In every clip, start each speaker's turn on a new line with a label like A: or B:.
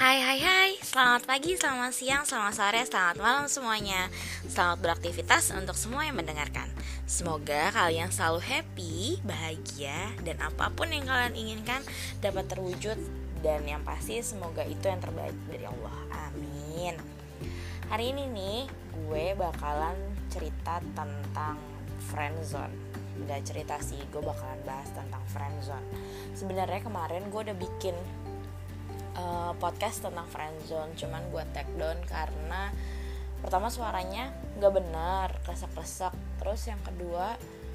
A: Hai, selamat pagi, selamat siang, selamat sore, selamat malam semuanya. Selamat beraktivitas untuk semua yang mendengarkan. Semoga kalian selalu happy, bahagia, dan apapun yang kalian inginkan dapat terwujud. Dan yang pasti semoga itu yang terbaik dari Allah, amin. Hari ini nih, gue bakalan cerita tentang friendzone. Gak cerita sih, gue bakalan bahas tentang friendzone. Sebenarnya kemarin gue udah bikin podcast tentang friendzone, cuman gue take down karena pertama suaranya nggak benar, kresek-kresek. Terus yang kedua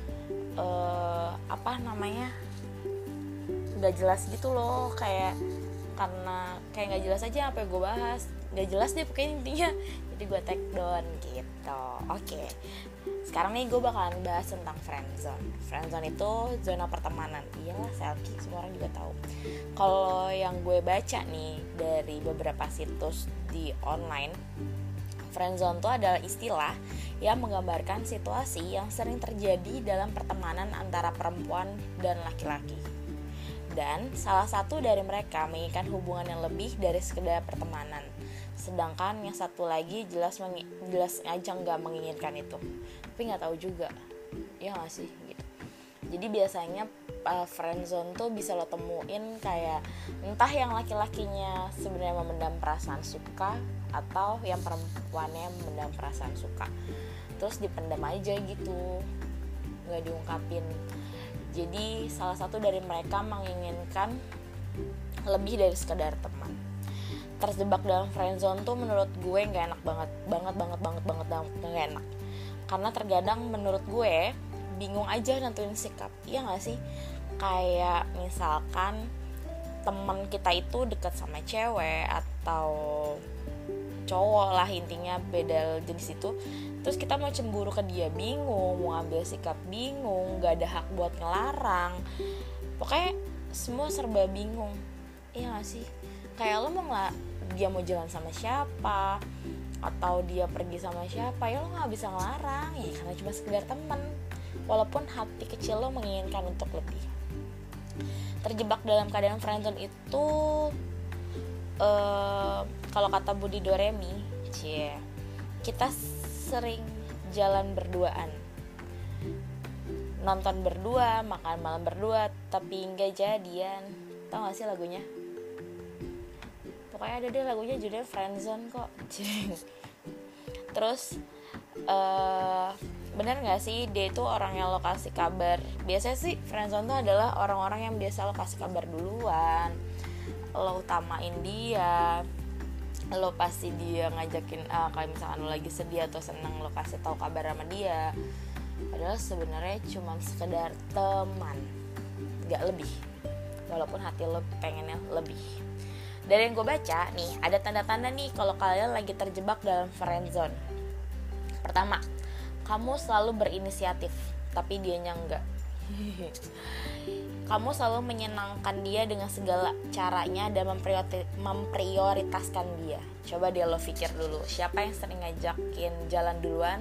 A: nggak jelas gitu loh, karena nggak jelas aja apa yang gue bahas, nggak jelas deh pokoknya intinya. Jadi gue take down gitu. Oke. Sekarang nih gue bakalan bahas tentang friendzone. Friendzone itu zona pertemanan. Iyalah, selfie, semua orang juga tahu. Kalau yang gue baca nih dari beberapa situs di online, friendzone itu adalah istilah yang menggambarkan situasi yang sering terjadi dalam pertemanan antara perempuan dan laki-laki. Dan salah satu dari mereka menginginkan hubungan yang lebih dari sekedar pertemanan, sedangkan yang satu lagi jelas aja nggak menginginkan itu, tapi nggak tahu juga, ya nggak sih gitu. Jadi biasanya friendzone tuh bisa lo temuin kayak entah yang laki-lakinya sebenarnya memendam perasaan suka, atau yang perempuannya memendam perasaan suka, terus dipendam aja gitu, nggak diungkapin. Jadi salah satu dari mereka menginginkan lebih dari sekedar teman. Terjebak dalam friendzone tuh menurut gue nggak enak banget nggak enak. Karena terkadang menurut gue bingung aja nentuin sikap, iya nggak sih? Kayak misalkan teman kita itu dekat sama cewek atau cowok lah, intinya beda jenis itu, terus kita mau cemburu ke dia bingung, mau ambil sikap bingung, gak ada hak buat ngelarang, pokoknya semua serba bingung, iya gak sih? Kayak lo dia mau jalan sama siapa atau dia pergi sama siapa, ya lo gak bisa ngelarang ya, karena cuma sekedar teman, walaupun hati kecil lo menginginkan untuk lebih. Terjebak dalam keadaan friendzone itu kalau kata Budi Doremi, kita sering jalan berduaan, nonton berdua, makan malam berdua, tapi nggak jadian. Tau gak sih lagunya? Pokoknya ada deh lagunya judulnya Friendzone kok. Terus bener nggak sih dia itu orang yang lo kasih kabar? Biasanya sih friendzone tuh adalah orang-orang yang biasa lo kasih kabar duluan, lo utamain dia, lo pasti dia ngajakin kalau misalkan lo lagi sedih atau seneng, lo kasih tahu kabar sama dia, padahal sebenarnya cuma sekedar teman, nggak lebih, walaupun hati lo pengennya lebih. Dari yang gue baca nih, ada tanda-tanda nih kalau kalian lagi terjebak dalam friendzone. Pertama, kamu selalu berinisiatif tapi dianya enggak. Kamu selalu menyenangkan dia dengan segala caranya dan memprioritaskan dia. Coba deh lo pikir dulu, siapa yang sering ngajakin jalan duluan,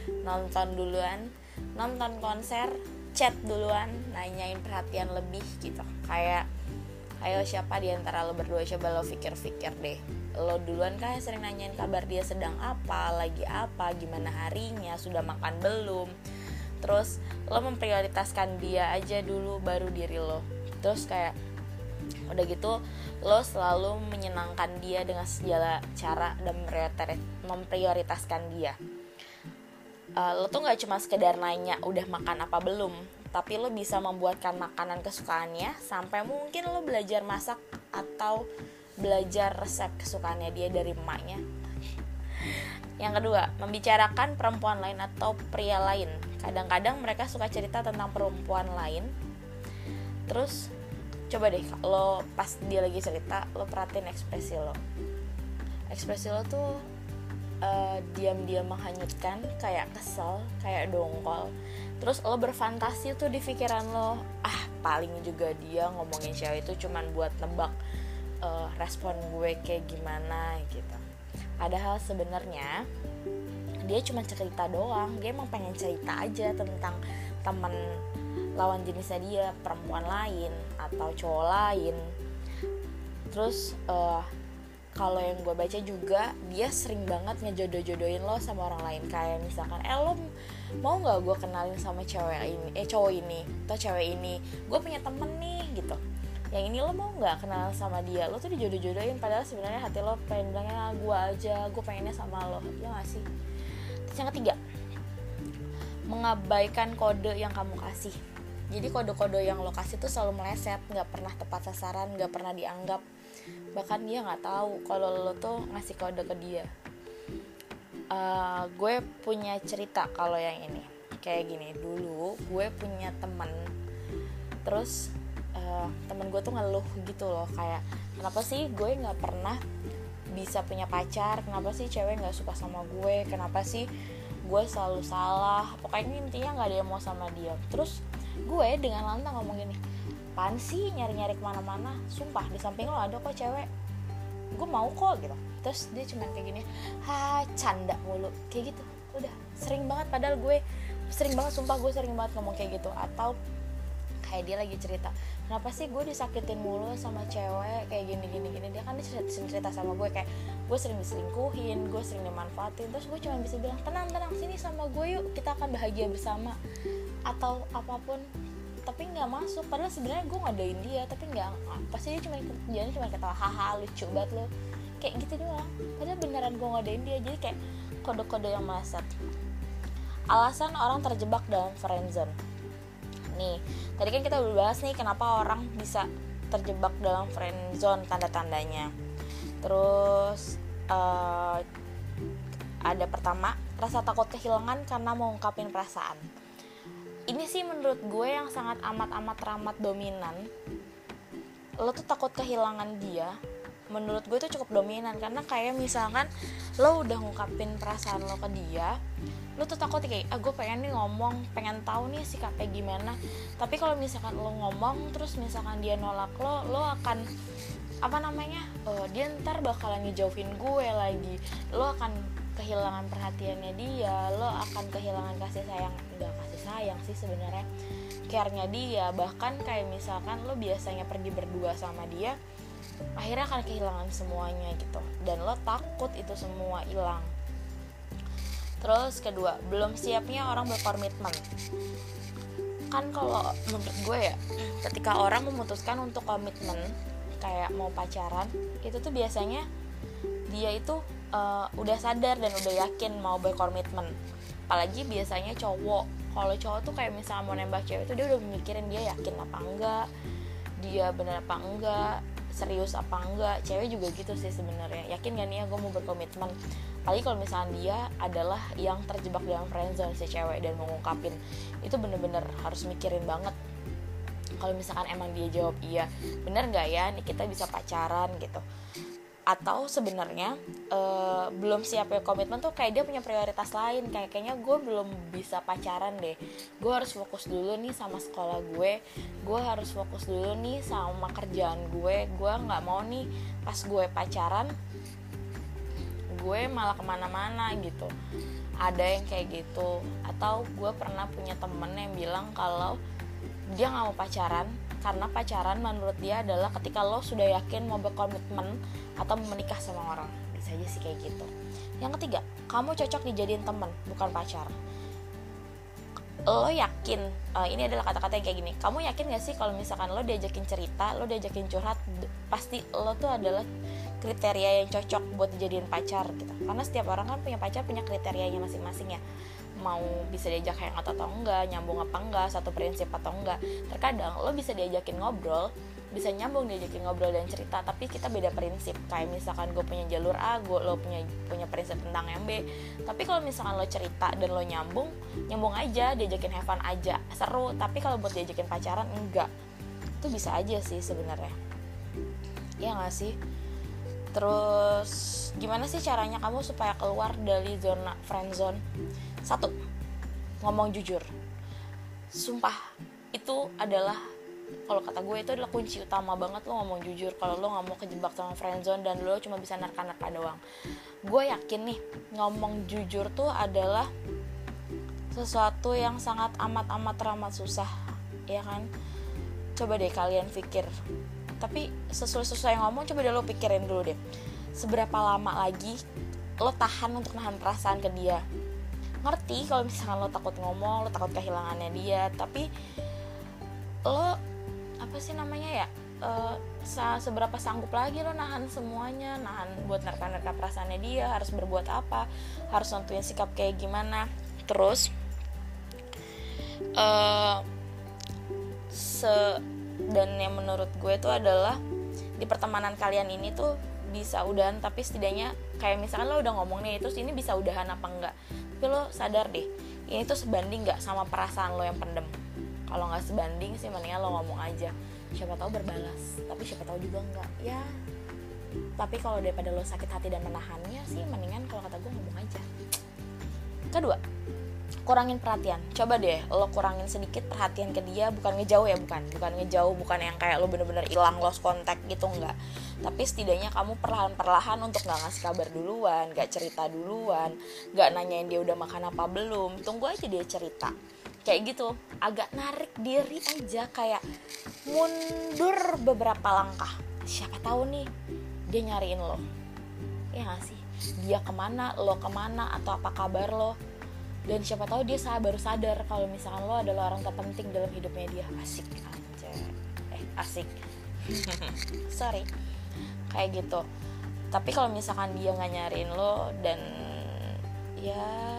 A: nonton konser, chat duluan, nanyain perhatian lebih gitu. Kayak ayo siapa di antara lo berdua, coba lo pikir-pikir deh. Lo duluan kan yang sering nanyain kabar dia sedang apa, lagi apa, gimana harinya, sudah makan belum. Terus lo memprioritaskan dia aja dulu baru diri lo. Terus kayak udah gitu lo selalu menyenangkan dia dengan segala cara dan memprioritaskan dia. Lo tuh gak cuma sekedar nanya udah makan apa belum, tapi lo bisa membuatkan makanan kesukaannya, sampai mungkin lo belajar masak atau belajar resep kesukaannya dia dari emaknya. Yang kedua, membicarakan perempuan lain atau pria lain. Kadang-kadang mereka suka cerita tentang perempuan lain. Terus coba deh lo pas dia lagi cerita, lo perhatiin ekspresi lo. Ekspresi lo tuh diam-diam menghanyutkan, kayak kesel, kayak dongkol. Terus lo berfantasi tuh di pikiran lo, paling juga dia ngomongin cewek itu cuman buat nebak respon gue kayak gimana gitu. Padahal sebenarnya dia cuma cerita doang, dia emang pengen cerita aja tentang teman lawan jenisnya dia, perempuan lain atau cowok lain. Terus kalau yang gue baca juga dia sering banget ngejodoh-jodohin lo sama orang lain. Kayak misalkan lo mau nggak gue kenalin sama cowok ini atau cewek ini, gue punya temen nih gitu, yang ini lo mau nggak kenal sama dia. Lo tuh dijodoh-jodohin padahal sebenarnya hati lo pengen bilangnya gue aja, gue pengennya sama lo, ya nggak sih. Terus yang ketiga, mengabaikan kode yang kamu kasih. Jadi kode-kode yang lo kasih tuh selalu meleset, nggak pernah tepat sasaran, nggak pernah dianggap, bahkan dia nggak tahu kalau lo tuh ngasih kode ke dia. Gue punya cerita kalau yang ini kayak gini. Dulu gue punya temen, terus temen gue tuh ngeluh gitu loh, kayak kenapa sih gue nggak pernah bisa punya pacar, kenapa sih cewek nggak suka sama gue, kenapa sih gue selalu salah, pokoknya intinya nggak ada yang mau sama dia. Terus gue dengan lantang ngomong gini, apaan sih nyari-nyari kemana-mana, sumpah di samping lo ada kok cewek, gue mau kok gitu. Terus dia cuman kayak gini, canda mulu kayak gitu. Udah sering banget, padahal gue sering banget, sumpah gue sering banget ngomong kayak gitu. Atau kayak dia lagi cerita, kenapa sih gue disakitin mulu sama cewek kayak gini. Dia kan cerita sama gue kayak gue sering diselingkuhin, gue sering dimanfaatin. Terus gue cuma bisa bilang, tenang sini sama gue yuk, kita akan bahagia bersama atau apapun. Tapi nggak masuk, padahal sebenarnya gue ngadain dia, tapi nggak, pasti dia cuma ketawa, haha lucu banget lo, kayak gitu doang. Padahal beneran gue ngadain dia. Jadi kayak kode-kode yang meleset. Alasan orang terjebak dalam friendzone. Nih, tadi kan kita udah bahas nih kenapa orang bisa terjebak dalam friendzone, tanda-tandanya. Terus ada pertama, rasa takut kehilangan karena mau ungkapin perasaan. Ini sih menurut gue yang sangat amat dominan. Lo tuh takut kehilangan dia, menurut gue itu cukup dominan. Karena kayak misalkan lo udah ngungkapin perasaan lo ke dia, lo tuh takut kayak, gue pengen nih ngomong, pengen tahu nih sikapnya gimana. Tapi kalau misalkan lo ngomong terus misalkan dia nolak lo akan dia ntar bakalan ngejauhin gue lagi, lo akan kehilangan perhatiannya dia, lo akan kehilangan kasih sayang sih sebenarnya, care-nya dia. Bahkan kayak misalkan lo biasanya pergi berdua sama dia, akhirnya akan kehilangan semuanya gitu, dan lo takut itu semua hilang. Terus kedua, belum siapnya orang berkomitmen. Kan kalau menurut gue ya, ketika orang memutuskan untuk komitmen kayak mau pacaran, itu tuh biasanya dia itu udah sadar dan udah yakin mau berkomitmen. Apalagi biasanya cowok. Kalau cowok tuh kayak misalnya mau nembak cewek tuh dia udah mikirin dia yakin apa enggak, dia benar apa enggak, serius apa enggak. Cewek juga gitu sih sebenarnya, yakin gak nih ya gue mau berkomitmen. Apalagi kalau misalnya dia adalah yang terjebak dalam friendzone si cewek dan mau ngungkapin, itu bener-bener harus mikirin banget. Kalau misalkan emang dia jawab iya, bener gak ya nih kita bisa pacaran gitu. Atau sebenarnya belum siap ya komitmen tuh kayak dia punya prioritas lain, kayaknya gue belum bisa pacaran deh, gue harus fokus dulu nih sama sekolah gue harus fokus dulu nih sama kerjaan gue nggak mau nih pas gue pacaran gue malah kemana-mana gitu. Ada yang kayak gitu. Atau gue pernah punya temen yang bilang kalau dia nggak mau pacaran karena pacaran menurut dia adalah ketika lo sudah yakin mau berkomitmen atau menikah sama orang. Bisa aja sih kayak gitu. Yang ketiga, kamu cocok dijadiin teman, bukan pacar. Lo yakin, ini adalah kata-kata yang kayak gini, kamu yakin gak sih kalau misalkan lo diajakin cerita, lo diajakin curhat, pasti lo tuh adalah kriteria yang cocok buat dijadiin pacar gitu. Karena setiap orang kan punya pacar, punya kriterianya masing-masing ya, mau bisa diajak hangout atau enggak, nyambung apa enggak, satu prinsip atau enggak. Terkadang lo bisa diajakin ngobrol, bisa nyambung diajakin ngobrol dan cerita, tapi kita beda prinsip. Kayak misalkan gue punya jalur A, lo punya prinsip tentang yang B. Tapi kalau misalkan lo cerita dan lo nyambung aja, diajakin have fun aja, seru. Tapi kalau buat diajakin pacaran enggak. Itu bisa aja sih sebenarnya. Ya nggak sih? Terus gimana sih caranya kamu supaya keluar dari zona friendzone? 1, ngomong jujur. Sumpah, itu adalah, kalau kata gue itu adalah kunci utama banget. Lo ngomong jujur kalau lo gak mau kejebak sama friendzone dan lo cuma bisa nerka-nerka doang. Gue yakin nih, ngomong jujur tuh adalah sesuatu yang sangat amat susah, ya kan? Coba deh kalian pikir. Tapi sesuai ngomong, coba deh lo pikirin dulu deh. seberapa lama lagi lo tahan untuk nahan perasaan ke dia. Ngerti kalau misalkan lo takut ngomong, lo takut kehilangannya dia, tapi lo seberapa sanggup lagi lo nahan semuanya, nahan buat nerka-nerka perasaannya dia, harus berbuat apa, harus nentuin sikap kayak gimana. Terus dan yang menurut gue itu adalah di pertemanan kalian ini tuh bisa udahan, tapi setidaknya kayak misalkan lo udah ngomong nih, terus ini bisa udahan apa enggak, tapi lo sadar deh ini tuh sebanding gak sama perasaan lo yang pendem. Kalau gak sebanding sih mendingan lo ngomong aja, siapa tahu berbalas, tapi siapa tahu juga enggak ya. Tapi kalau daripada lo sakit hati dan menahannya sih, mendingan kalau kata gue ngomong aja. Kedua, kurangin perhatian. Coba deh lo kurangin sedikit perhatian ke dia, bukan ngejauh ya, bukan ngejauh, bukan yang kayak lo bener-bener hilang, lost contact gitu, enggak. Tapi setidaknya kamu perlahan-perlahan untuk gak ngasih kabar duluan, gak cerita duluan, gak nanyain dia udah makan apa belum, tunggu aja dia cerita. Kayak gitu, agak narik diri aja, kayak mundur beberapa langkah. Siapa tahu nih dia nyariin lo, ya gak sih? Dia kemana, lo kemana, atau apa kabar lo. Dan siapa tahu dia baru sadar kalau misalkan lo adalah orang terpenting dalam hidupnya dia. Asik aja. Asik. Sorry. Kayak gitu. Tapi kalau misalkan dia gak nyariin lo, dan ya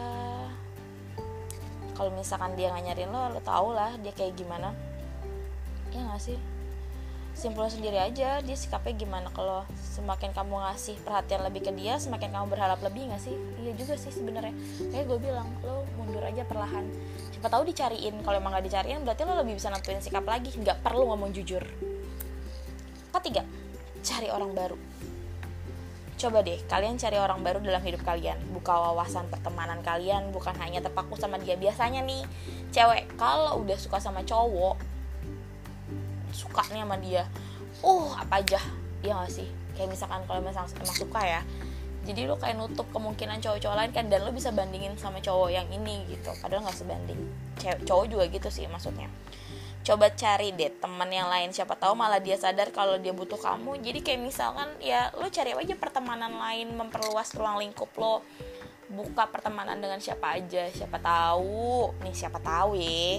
A: kalau misalkan dia gak nyariin lo tau lah dia kayak gimana, ya gak sih? Simpulnya sendiri aja dia sikapnya gimana. Kalau semakin kamu ngasih perhatian lebih ke dia, semakin kamu berharap lebih, gak sih? Iya juga sih sebenarnya. Kayak gue bilang, lo mundur aja perlahan, siapa tahu dicariin. Kalau emang gak dicariin, berarti lo lebih bisa nentuin sikap lagi, gak perlu ngomong jujur. Ketiga, cari orang baru. Coba deh kalian cari orang baru dalam hidup kalian, buka wawasan pertemanan kalian, bukan hanya terpaku sama dia. Biasanya nih cewek kalau udah suka sama cowok, suka nih sama dia, apa aja, ya gak sih? Kayak misalkan kalau emang suka ya, jadi lo kayak nutup kemungkinan cowok-cowok lain kan, dan lo bisa bandingin sama cowok yang ini gitu, padahal gak sebanding. Cowok juga gitu sih maksudnya. Coba cari deh teman yang lain, siapa tahu malah dia sadar kalau dia butuh kamu. Jadi kayak misalkan ya lo cari aja pertemanan lain, memperluas ruang lingkup lo, buka pertemanan dengan siapa aja. Siapa tahu ya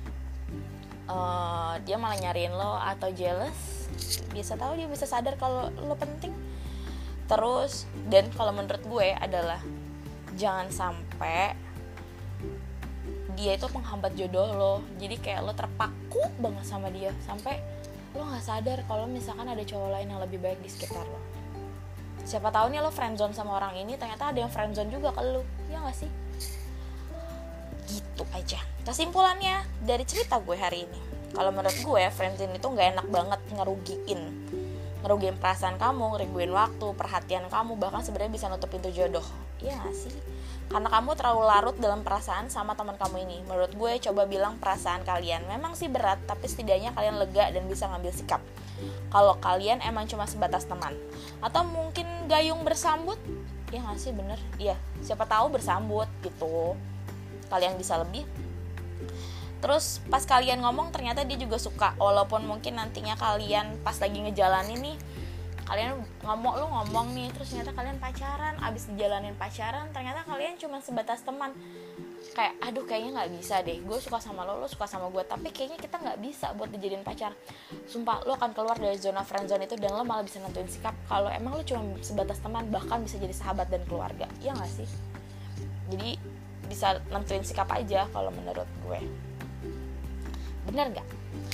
A: dia malah nyariin lo atau jealous, bisa tahu dia bisa sadar kalau lo penting. Terus, dan kalau menurut gue adalah jangan sampai dia itu penghambat jodoh lo. Jadi kayak lo terpaku banget sama dia sampai lo nggak sadar kalau misalkan ada cowok lain yang lebih baik di sekitar lo. Siapa tahu nih lo friendzone sama orang ini, ternyata ada yang friendzone juga ke lo, ya nggak sih? Gitu aja kesimpulannya dari cerita gue hari ini. Kalau menurut gue, friendzone itu nggak enak banget, ngerugiin perasaan kamu, ngerugiin waktu, perhatian kamu, bahkan sebenarnya bisa nutup pintu jodoh, ya nggak sih? Karena kamu terlalu larut dalam perasaan sama teman kamu ini. Menurut gue, coba bilang perasaan kalian memang sih berat, tapi setidaknya kalian lega dan bisa ngambil sikap. Kalau kalian emang cuma sebatas teman, atau mungkin gayung bersambut, ya nggak sih? Bener, iya. Siapa tahu bersambut gitu, kalian bisa lebih. Terus pas kalian ngomong ternyata dia juga suka, walaupun mungkin nantinya kalian pas lagi ngejalanin nih, kalian ngomong nih, terus ternyata kalian pacaran, abis dijalanin pacaran ternyata kalian cuma sebatas teman. Kayak aduh kayaknya nggak bisa deh, gue suka sama lo suka sama gue, tapi kayaknya kita nggak bisa buat dijadiin pacar. Sumpah lo akan keluar dari zona friendzone itu, dan lo malah bisa nentuin sikap kalau emang lo cuma sebatas teman, bahkan bisa jadi sahabat dan keluarga, ya nggak sih? Jadi bisa nentuin sikap aja kalau menurut gue. Bener nggak?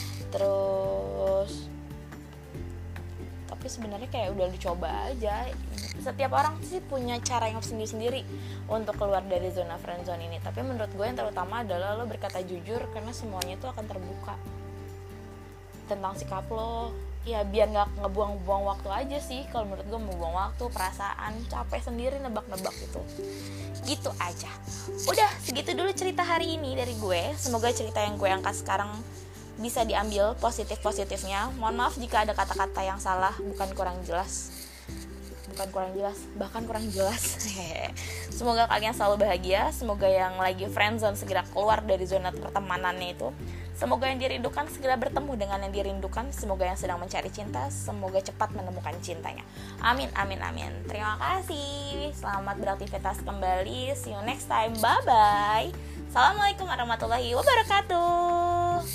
A: Terus tapi sebenarnya kayak udah dicoba aja. Setiap orang sih punya cara yang sendiri-sendiri untuk keluar dari zona friendzone ini. Tapi menurut gue yang terutama adalah lo berkata jujur, karena semuanya itu akan terbuka tentang sikap lo. Ya biar gak ngebuang-buang waktu aja sih. Kalau menurut gue membuang waktu, perasaan, capek sendiri nebak-nebak gitu aja. Udah segitu dulu cerita hari ini dari gue. Semoga cerita yang gue angkat sekarang bisa diambil positif-positifnya. Mohon maaf jika ada kata-kata yang salah, bukan kurang jelas, bukan kurang jelas, bahkan kurang jelas. Semoga kalian selalu bahagia. Semoga yang lagi friendzone segera keluar dari zona pertemanannya itu. Semoga yang dirindukan segera bertemu dengan yang dirindukan. Semoga yang sedang mencari cinta semoga cepat menemukan cintanya. Amin, amin, amin. Terima kasih. Selamat beraktivitas kembali. See you next time. Bye bye. Assalamualaikum warahmatullahi wabarakatuh.